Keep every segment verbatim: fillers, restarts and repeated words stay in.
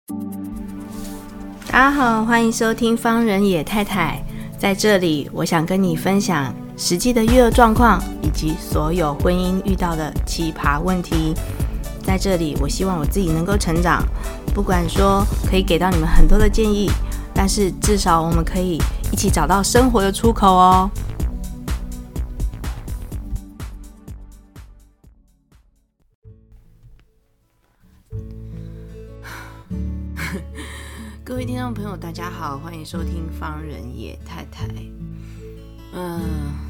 大家好，欢迎收听方人野太太。在这里，我想跟你分享实际的育儿状况，以及所有婚姻遇到的奇葩问题。在这里，我希望我自己能够成长，不管说可以给到你们很多的建议，但是至少我们可以一起找到生活的出口哦。各位听众朋友大家好，欢迎收听方人野太太。嗯，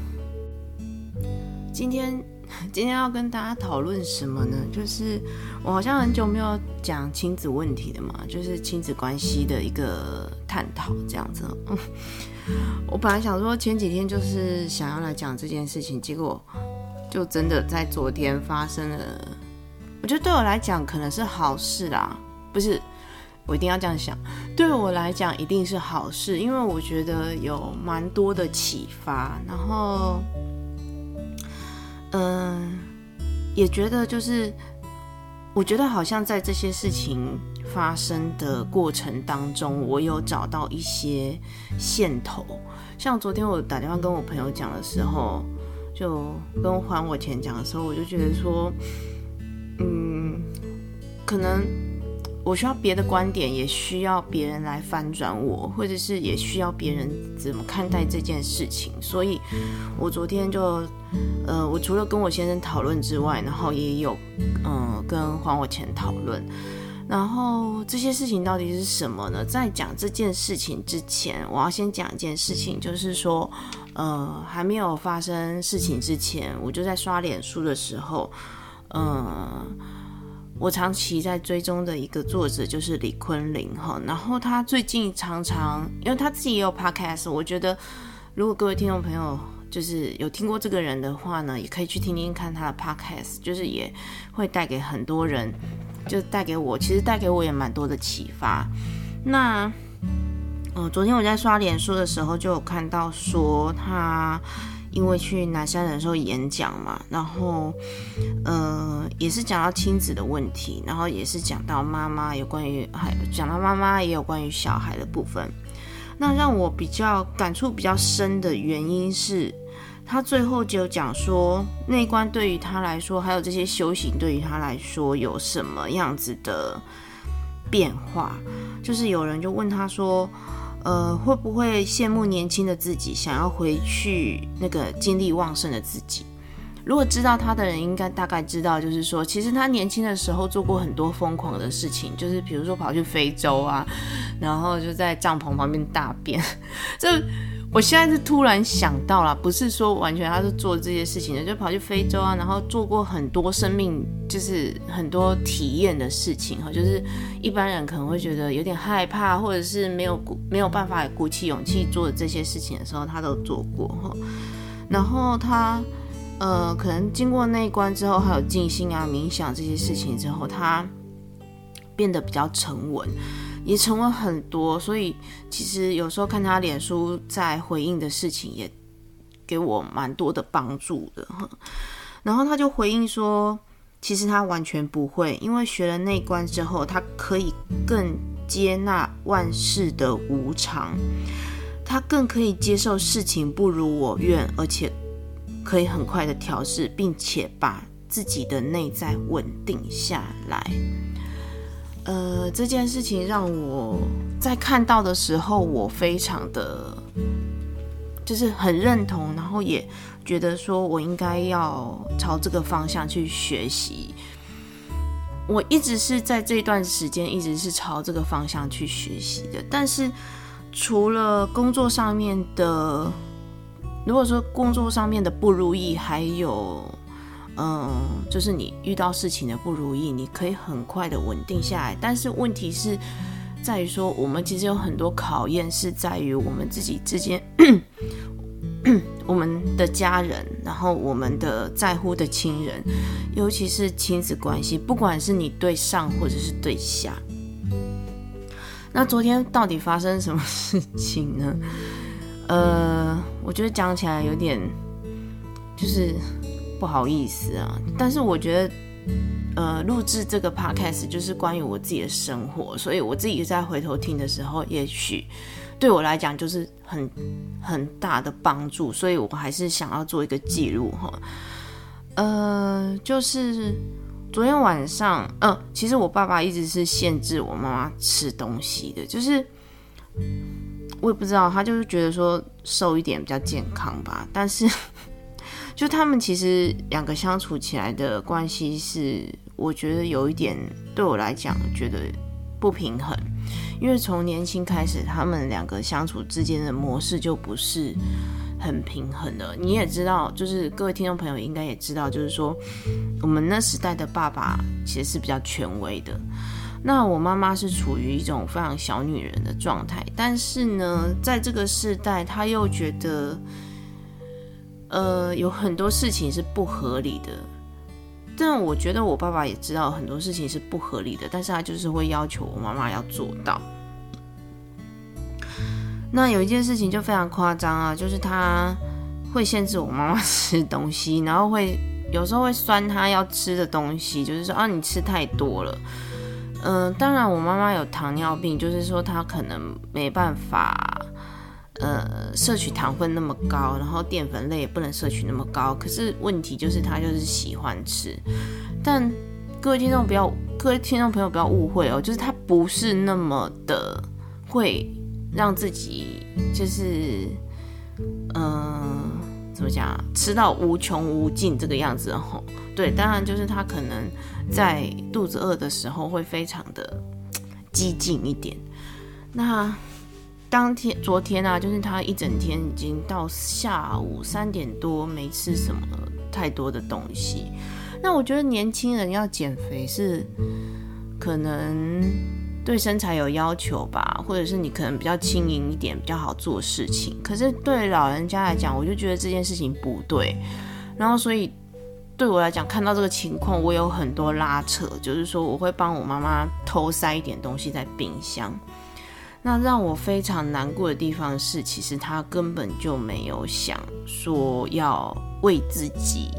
今天今天要跟大家讨论什么呢？就是我好像很久没有讲亲子问题的嘛，就是亲子关系的一个探讨这样子。嗯，我本来想说前几天就是想要来讲这件事情，结果就真的在昨天发生了。我觉得对我来讲可能是好事啦，不是。我一定要这样想，对我来讲一定是好事，因为我觉得有蛮多的启发，然后，嗯、呃，也觉得就是，我觉得好像在这些事情发生的过程当中，我有找到一些线头。像昨天我打电话跟我朋友讲的时候，就跟还我钱讲的时候，我就觉得说，嗯，可能。我需要别的观点，也需要别人来翻转我，或者是也需要别人怎么看待这件事情。所以我昨天就呃，我除了跟我先生讨论之外，然后也有呃跟还我钱讨论。然后这些事情到底是什么呢？在讲这件事情之前，我要先讲一件事情，就是说呃还没有发生事情之前，我就在刷脸书的时候，呃我长期在追踪的一个作者就是李坤林哈，然后他最近常常，因为他自己也有 podcast， 我觉得如果各位听众朋友就是有听过这个人的话呢，也可以去听听看他的 podcast， 就是也会带给很多人，就带给我，其实带给我也蛮多的启发。那呃，昨天我在刷脸书的时候就有看到说他。因为去南山人寿演讲嘛，然后呃也是讲到亲子的问题，然后也是讲到妈妈有关于讲到妈妈也有关于小孩的部分。那让我比较感触比较深的原因是，他最后就讲说内观对于他来说，还有这些修行对于他来说有什么样子的变化。就是有人就问他说。呃，会不会羡慕年轻的自己，想要回去那个精力旺盛的自己？如果知道他的人，应该大概知道，就是说，其实他年轻的时候做过很多疯狂的事情，就是比如说跑去非洲啊，然后就在帐篷旁边大便。这我现在是突然想到啦，不是说完全他是做这些事情的，就跑去非洲啊，然后做过很多生命，就是很多体验的事情，就是一般人可能会觉得有点害怕，或者是没有没有办法鼓起勇气做这些事情的时候，他都做过。然后他呃，可能经过那一关之后，还有静心啊、冥想这些事情之后，他变得比较沉稳。也成为很多，所以其实有时候看他脸书在回应的事情也给我蛮多的帮助的。然后他就回应说，其实他完全不会，因为学了内观之后，他可以更接纳万事的无常，他更可以接受事情不如我愿，而且可以很快的调试，并且把自己的内在稳定下来。呃，这件事情让我在看到的时候，我非常的就是很认同，然后也觉得说我应该要朝这个方向去学习。我一直是在这段时间一直是朝这个方向去学习的，但是除了工作上面的，如果说工作上面的不如意，还有嗯，就是你遇到事情的不如意，你可以很快的稳定下来。但是问题是在于说，我们其实有很多考验是在于我们自己之间，我们的家人，然后我们的在乎的亲人，尤其是亲子关系，不管是你对上或者是对下。那昨天到底发生什么事情呢？呃，我觉得讲起来有点就是不好意思啊，但是我觉得呃录制这个 podcast 就是关于我自己的生活，所以我自己在回头听的时候，也许对我来讲就是很很大的帮助，所以我还是想要做一个记录哈。呃，就是昨天晚上，呃，其实我爸爸一直是限制我妈妈吃东西的，就是我也不知道，他就是觉得说瘦一点比较健康吧，但是就他们其实两个相处起来的关系是，我觉得有一点对我来讲觉得不平衡，因为从年轻开始，他们两个相处之间的模式就不是很平衡的。你也知道，就是各位听众朋友应该也知道，就是说我们那时代的爸爸其实是比较权威的。那我妈妈是处于一种非常小女人的状态，但是呢，在这个世代，她又觉得，呃，有很多事情是不合理的。但我觉得我爸爸也知道很多事情是不合理的，但是他就是会要求我妈妈要做到。那有一件事情就非常夸张啊，就是他会限制我妈妈吃东西，然后会有时候会酸她要吃的东西，就是说啊你吃太多了。嗯、呃，当然我妈妈有糖尿病，就是说她可能没办法呃摄取糖分那么高，然后淀粉类也不能摄取那么高。可是问题就是她就是喜欢吃，但各位听众不要，各位听众朋友不要误会哦，就是她不是那么的会让自己就是嗯、呃、怎么讲，吃到无穷无尽这个样子吼。对，当然就是她可能在肚子饿的时候会非常的激进一点。那当天昨天啊，就是他一整天已经到下午三点多没吃什么太多的东西。那我觉得年轻人要减肥是可能对身材有要求吧，或者是你可能比较轻盈一点比较好做事情。可是对老人家来讲，我就觉得这件事情不对。然后所以对我来讲，看到这个情况，我有很多拉扯，就是说我会帮我妈妈偷塞一点东西在冰箱。那让我非常难过的地方是，其实他根本就没有想说要为自己，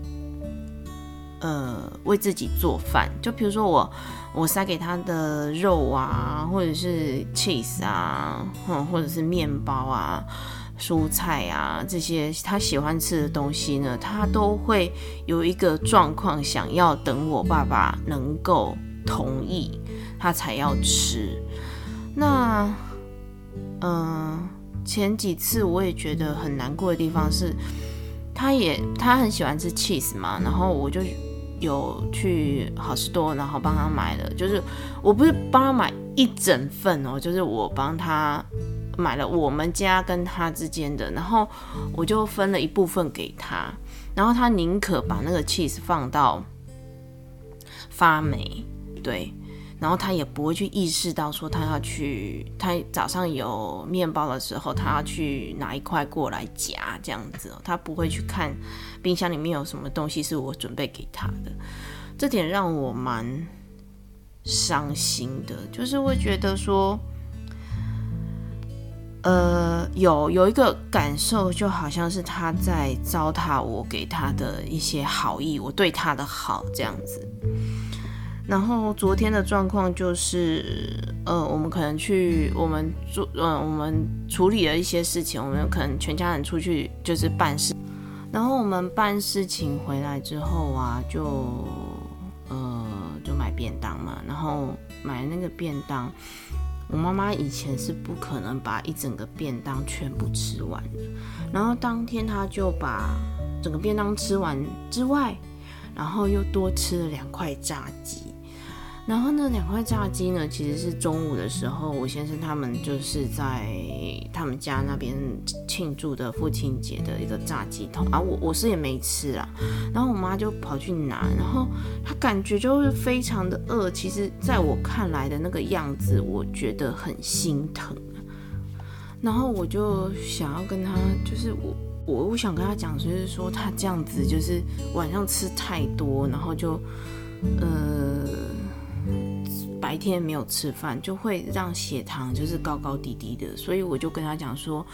呃，为自己做饭。就比如说我，我塞给他的肉啊，或者是 cheese 啊，嗯，或者是面包啊、蔬菜啊，这些他喜欢吃的东西呢，他都会有一个状况，想要等我爸爸能够同意，他才要吃。那，嗯、呃，前几次我也觉得很难过的地方是，他也他很喜欢吃 cheese 嘛，然后我就有去好市多，然后帮他买了，就是我不是帮他买一整份哦，就是我帮他买了我们家跟他之间的，然后我就分了一部分给他，然后他宁可把那个 cheese 放到发霉，对。然后他也不会去意识到说他要去，他早上有面包的时候，他要去拿一块过来夹这样子，他不会去看冰箱里面有什么东西是我准备给他的。这点让我蛮伤心的，就是会觉得说，呃，有有一个感受，就好像是他在糟蹋我给他的一些好意，我对他的好这样子。然后昨天的状况就是，呃，我们可能去我们做，呃，我们处理了一些事情，我们可能全家人出去就是办事，然后我们办事情回来之后啊，就呃就买便当嘛，然后买那个便当，我妈妈以前是不可能把一整个便当全部吃完的，然后当天她就把整个便当吃完之外，然后又多吃了两块炸鸡。然后呢，两块炸鸡呢，其实是中午的时候，我先生他们就是在他们家那边庆祝的父亲节的一个炸鸡桶啊，我我是也没吃啦。然后我妈就跑去拿，然后她感觉就是非常的饿。其实在我看来的那个样子，我觉得很心疼。然后我就想要跟他，就是我我我想跟他讲，就是说他这样子就是晚上吃太多，然后就呃。白天没有吃饭，就会让血糖就是高高低低的，所以我就跟他讲说，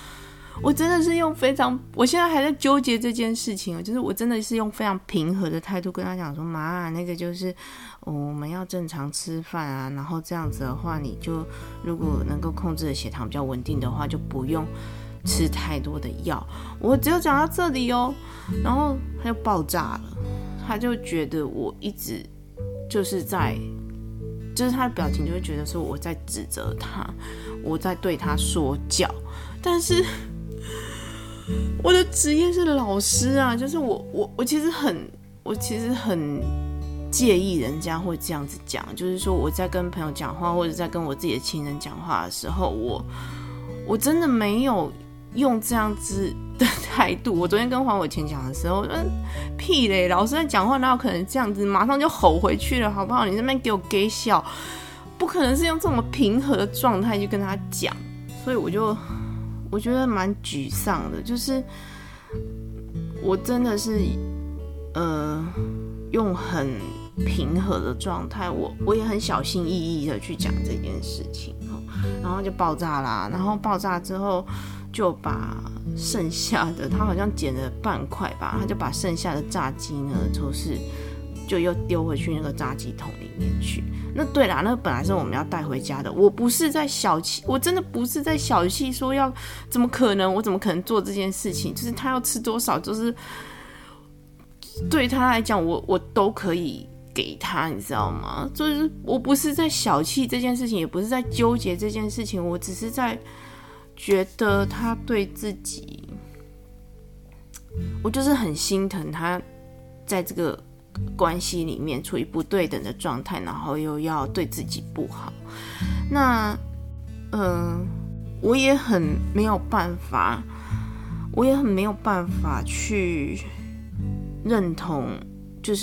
我真的是用非常，我现在还在纠结这件事情，就是我真的是用非常平和的态度跟他讲说，妈，那个就是、哦、我们要正常吃饭啊，然后这样子的话，你就如果能够控制的血糖比较稳定的话，就不用吃太多的药。我只有讲到这里哦，然后他就爆炸了，他就觉得我一直就是在，就是他的表情就会觉得说我在指责他，我在对他说教，但是。我的职业是老师啊，就是我我我其实很我其实很介意人家会这样子讲，就是说我在跟朋友讲话或者在跟我自己的亲人讲话的时候，我我真的没有用这样子的态度。我昨天跟黄伟乾讲的时候，嗯，屁嘞，老师在讲话哪有可能这样子，马上就吼回去了，好不好？你这边给我给笑，不可能是用这么平和的状态去跟他讲，所以我就。我觉得蛮沮丧的，就是我真的是呃用很平和的状态，我我也很小心翼翼的去讲这件事情，然后就爆炸啦，然后爆炸之后就把剩下的，他好像剪了半块吧，他就把剩下的炸鸡呢，就是就又丢回去那个炸鸡桶里面去。那对啦，那本来是我们要带回家的，我不是在小气，我真的不是在小气说要，怎么可能，我怎么可能做这件事情？就是他要吃多少，就是对他来讲，我我都可以给他，你知道吗？就是我不是在小气这件事情，也不是在纠结这件事情，我只是在觉得他对自己，我就是很心疼他在这个关系里面处于不对等的状态，然后又要对自己不好。那，嗯、呃，我也很没有办法，我也很没有办法去认同，就是，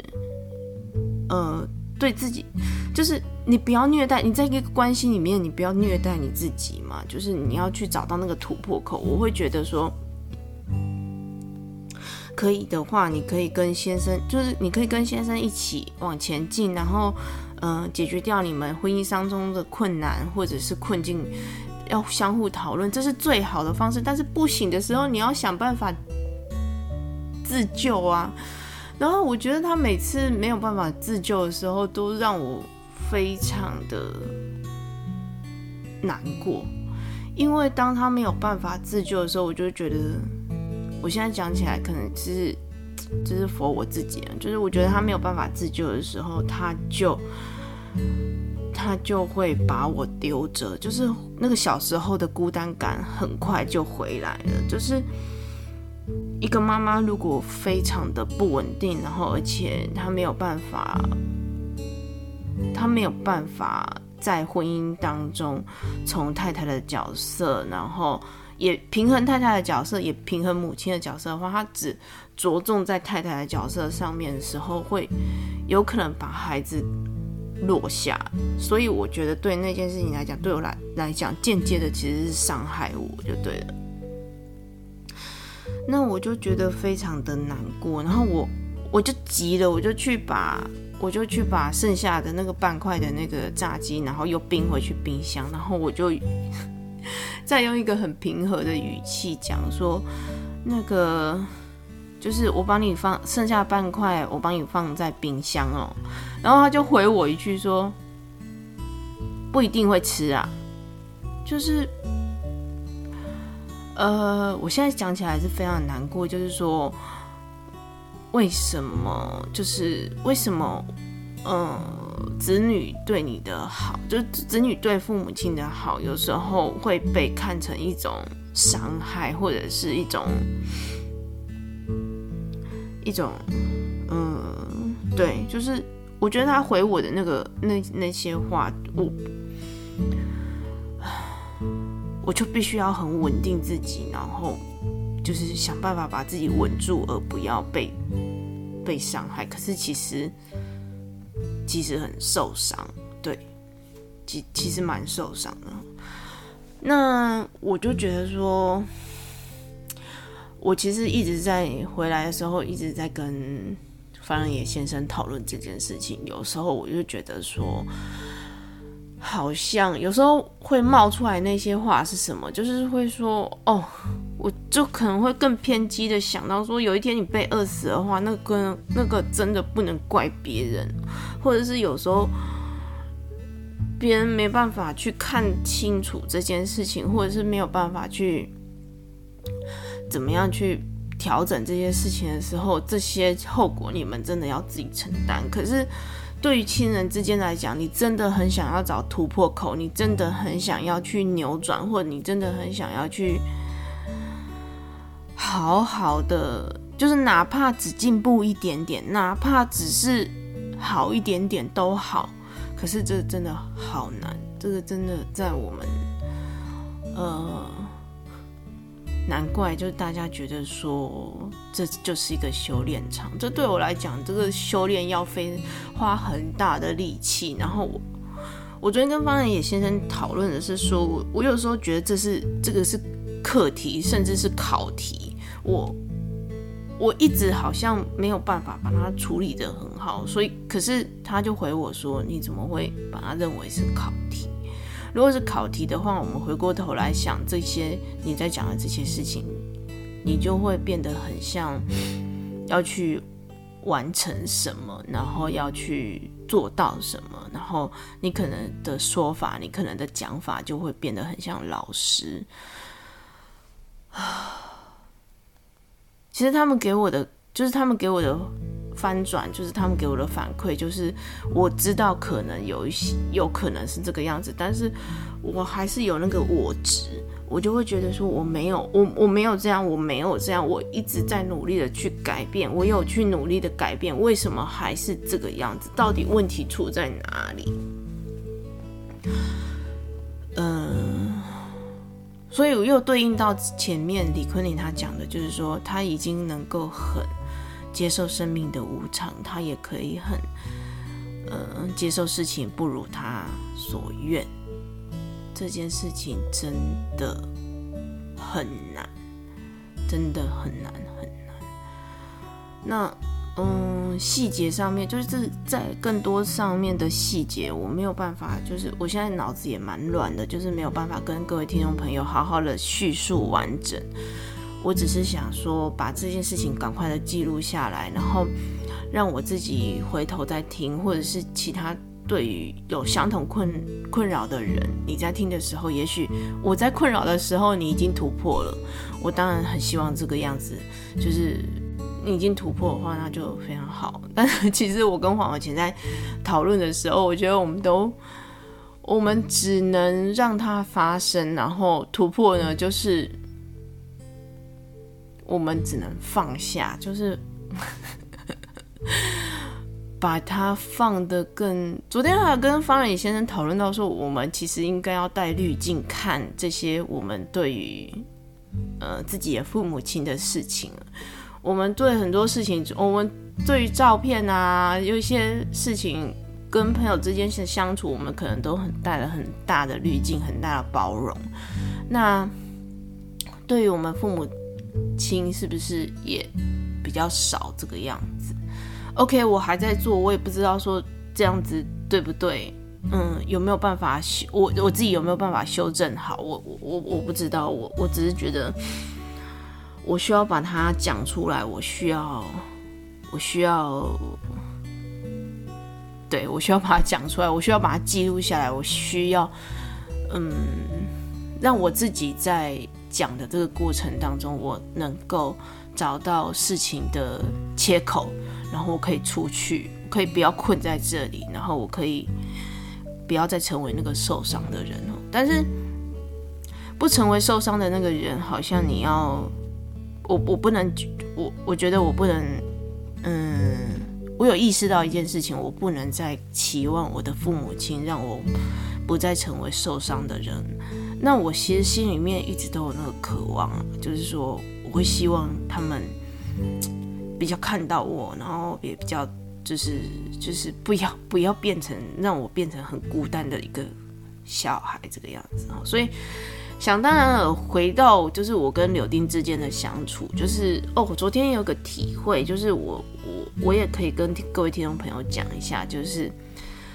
呃，对自己，就是你不要虐待，你在一个关系里面，你不要虐待你自己嘛，就是你要去找到那个突破口。我会觉得说。可以的话，你可以跟先生，就是你可以跟先生一起往前进，然后，呃，解决掉你们婚姻当中的困难或者是困境，要相互讨论，这是最好的方式。但是不行的时候，你要想办法自救啊。然后我觉得他每次没有办法自救的时候，都让我非常的难过，因为当他没有办法自救的时候，我就觉得。我现在讲起来可能是就是否我自己，就是我觉得他没有办法自救的时候，他就他就会把我丢着，就是那个小时候的孤单感很快就回来了。就是一个妈妈如果非常的不稳定，然后而且她没有办法，她没有办法在婚姻当中从太太的角色，然后。也平衡太太的角色，也平衡母亲的角色的话，他只着重在太太的角色上面的时候，会有可能把孩子落下。所以我觉得对那件事情来讲，对我来来讲，间接的其实是伤害我就对了。那我就觉得非常的难过，然后我我就急了，我就去把我就去把剩下的那个半块的那个炸鸡，然后又冰回去冰箱，然后我就。再用一个很平和的语气讲说，那个就是我帮你放剩下半块，我帮你放在冰箱哦。然后他就回我一句说，不一定会吃啊。就是，呃，我现在讲起来是非常难过，就是说，为什么？就是为什么？嗯。子女对你的好，就子女对父母亲的好，有时候会被看成一种伤害，或者是一种一种，嗯，对，就是我觉得他回我的那个那那些话，我我就必须要很稳定自己，然后就是想办法把自己稳住，而不要被被伤害。可是其实。其实很受伤，对，其其实蛮受伤的。那我就觉得说，我其实一直在回来的时候，一直在跟范仁野先生讨论这件事情。有时候我就觉得说， 好像有时候会冒出来那些话是什么，就是会说哦，我就可能会更偏激的想到说，有一天你被饿死的话，那个那个真的不能怪别人，或者是有时候别人没办法去看清楚这件事情，或者是没有办法去怎么样去调整这些事情的时候，这些后果你们真的要自己承担。可是对于亲人之间来讲，你真的很想要找突破口，你真的很想要去扭转，或者你真的很想要去好好的，就是哪怕只进步一点点，哪怕只是好一点点都好。可是这真的好难，这个真的在我们呃。难怪就是大家觉得说这就是一个修炼场，这对我来讲，这个修炼要非花很大的力气。然后我我昨天跟方仁野先生讨论的是说，我我有时候觉得这是这个是课题，甚至是考题，我我一直好像没有办法把它处理得很好，所以可是他就回我说，你怎么会把它认为是考题？如果是考题的话，我们回过头来想这些你在讲的这些事情，你就会变得很像要去完成什么，然后要去做到什么，然后你可能的说法，你可能的讲法就会变得很像老师。其实他们给我的，就是他们给我的翻转，就是他们给我的反馈，就是我知道可能有一些有可能是这个样子，但是我还是有那个我执，我就会觉得说我没有我我没有这样，我没有这样，我一直在努力的去改变，我有去努力的改变，为什么还是这个样子？到底问题出在哪里？嗯，所以我又对应到前面李坤林他讲的，就是说他已经能够很接受生命的无常，他也可以很呃接受事情不如他所愿。这件事情真的很难，真的很难很难。那嗯，细节上面就是在更多上面的细节，我没有办法，就是我现在脑子也蛮乱的，就是没有办法跟各位听众朋友好好的叙述完整。我只是想说，把这件事情赶快的记录下来，然后让我自己回头再听，或者是其他对于有相同困困扰的人，你在听的时候，也许我在困扰的时候，你已经突破了。我当然很希望这个样子，就是你已经突破的话，那就非常好。但是其实我跟黄伟前在讨论的时候，我觉得我们都，我们只能让它发生，然后突破呢，就是我们只能放下，就是把它放得更。昨天还有跟方仁野先生讨论到说，我们其实应该要带滤镜看这些我们对于呃自己的父母亲的事情。我们对很多事情，我们对于照片啊，有一些事情跟朋友之间的相处，我们可能都很带了很大的滤镜，很大的包容。那对于我们父母亲，是不是也比较少这个样子 ？OK， 我还在做，我也不知道说这样子对不对。嗯，有没有办法修？我我自己有没有办法修正好？我我我我不知道，我我只是觉得。我需要把它讲出来，我需要，我需要，对，我需要把它讲出来，我需要把它记录下来，我需要，嗯，让我自己在讲的这个过程当中，我能够找到事情的切口，然后我可以出去，可以不要困在这里，然后我可以不要再成为那个受伤的人哦。但是不成为受伤的那个人，好像你要。我我不能，我我觉得我不能，嗯，我有意识到一件事情，我不能再期望我的父母亲让我不再成为受伤的人。那我其实心里面一直都有那个渴望，就是说我会希望他们比较看到我，然后也比较就是就是不要不要变成让我变成很孤单的一个小孩这个样子，所以。想当然了，回到就是我跟柳丁之间的相处，就是哦，我昨天有个体会，就是我我我也可以跟各位听众朋友讲一下，就是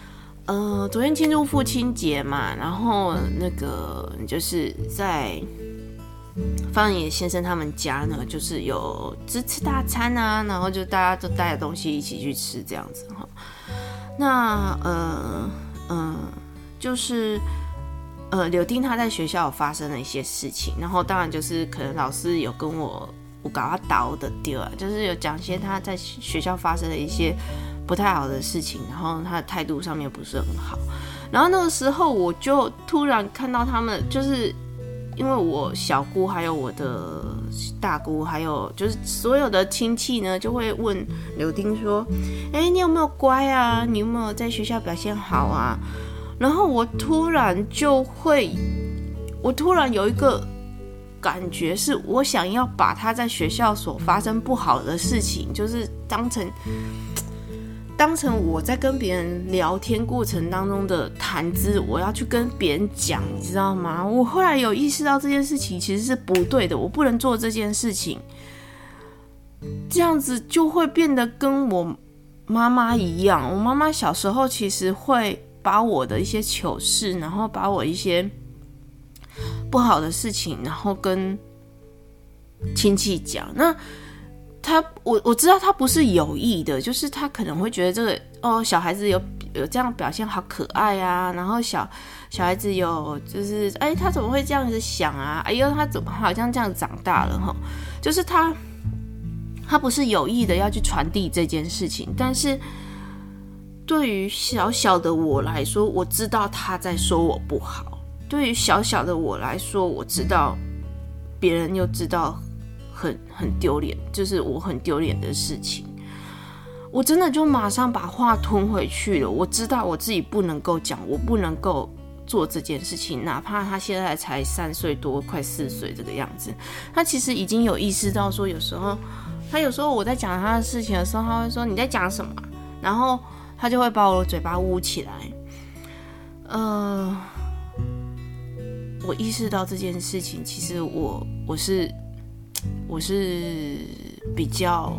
呃，昨天庆祝父亲节嘛，然后那个就是在方野先生他们家呢，就是有只吃大餐啊，然后就大家都带着东西一起去吃这样子哈。那呃嗯、呃，就是呃柳丁他在学校有发生了一些事情，然后当然就是可能老师有跟我我搞他倒的丢啊，就是有讲些他在学校发生的一些不太好的事情，然后他的态度上面不是很好。然后那个时候我就突然看到他们，就是因为我小姑还有我的大姑，还有就是所有的亲戚呢，就会问柳丁说：“哎，你有没有乖啊？你有没有在学校表现好啊？”然后我突然就会，我突然有一个感觉，是我想要把他在学校所发生不好的事情，就是当成。当成我在跟别人聊天过程当中的谈资，我要去跟别人讲，你知道吗？我后来有意识到这件事情其实是不对的，我不能做这件事情，这样子就会变得跟我妈妈一样。我妈妈小时候其实会把我的一些糗事，然后把我一些不好的事情，然后跟亲戚讲。那他我我知道他不是有意的，就是他可能会觉得这个哦，小孩子有有这样表现好可爱啊，然后小小孩子有就是哎，他怎么会这样子想啊？哎呦，他怎么好像这样长大了哈？就是他他不是有意的要去传递这件事情，但是对于小小的我来说，我知道他在说我不好；对于小小的我来说，我知道别人又知道。很很丢脸，就是我很丢脸的事情，我真的就马上把话吞回去了。我知道我自己不能够讲，我不能够做这件事情，哪怕他现在才三岁多，快四岁这个样子，他其实已经有意识到说，有时候他有时候我在讲他的事情的时候，他会说你在讲什么，然后他就会把我的嘴巴捂起来。呃，我意识到这件事情，其实我我是。我是比较，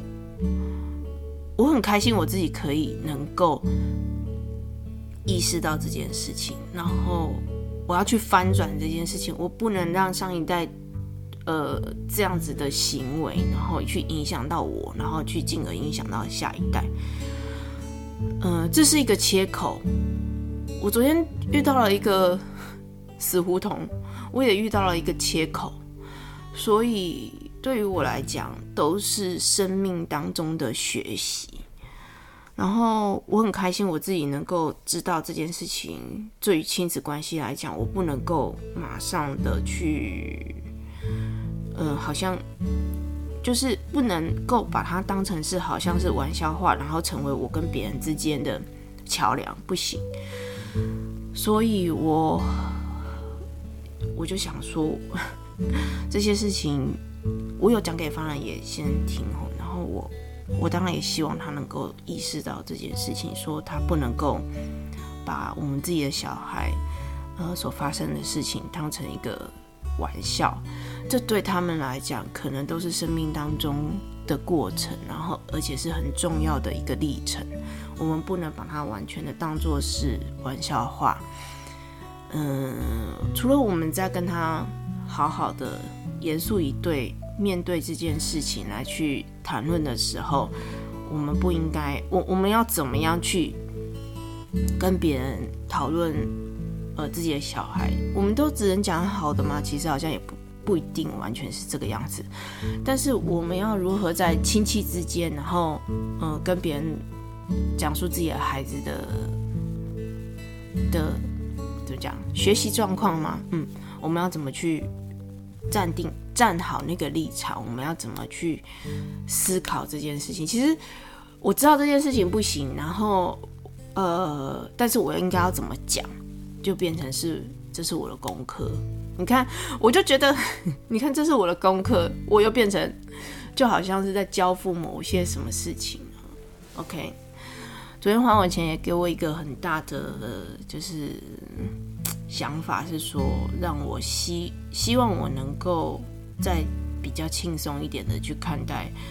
我很开心我自己可以能够意识到这件事情，然后我要去翻转这件事情，我不能让上一代呃这样子的行为，然后去影响到我，然后去进而影响到下一代。呃，这是一个切口。我昨天遇到了一个死胡同，我也遇到了一个切口。所以对于我来讲，都是生命当中的学习。然后我很开心，我自己能够知道这件事情。对于亲子关系来讲，我不能够马上的去，呃，好像就是不能够把它当成是好像是玩笑话，然后成为我跟别人之间的桥梁，不行。所以我我就想说。这些事情我有讲给方然也先听，然后我我当然也希望他能够意识到这件事情，说他不能够把我们自己的小孩呃所发生的事情当成一个玩笑，这对他们来讲可能都是生命当中的过程，然后而且是很重要的一个历程，我们不能把它完全的当作是玩笑话。嗯，除了我们在跟他好好的严肃以对面对这件事情来去谈论的时候，我们不应该，我我们要怎么样去跟别人讨论呃自己的小孩？我们都只能讲好的吗？其实好像也不不一定完全是这个样子。但是我们要如何在亲戚之间，然后呃跟别人讲述自己的孩子的的怎么讲学习状况吗？嗯。我们要怎么去站定站好那个立场？我们要怎么去思考这件事情？其实我知道这件事情不行，然后呃，但是我应该要怎么讲，就变成是这是我的功课。你看，我就觉得，你看这是我的功课，我又变成就好像是在交付某些什么事情。OK， 昨天还我钱也给我一个很大的，呃、就是。想法是说，让我希希望我能够再比较轻松一点的去看待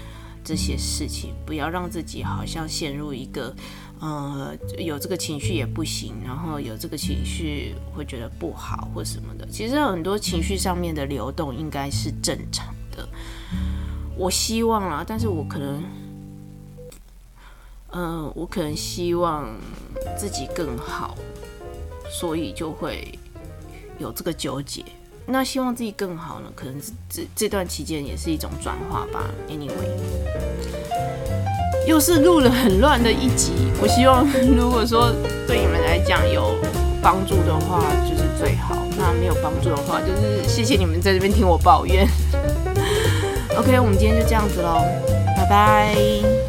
这些事情，不要让自己好像陷入一个呃有这个情绪也不行，然后有这个情绪会觉得不好或什么的。其实很多情绪上面的流动应该是正常的，我希望啦，但是我可能呃我可能希望自己更好，所以就会有这个纠结。那希望自己更好呢，可能 这, 这段期间也是一种转化吧。Anyway， 又是录了很乱的一集。我希望如果说对你们来讲有帮助的话，就是最好；那没有帮助的话，就是谢谢你们在这边听我抱怨。OK， 我们今天就这样子咯，拜拜。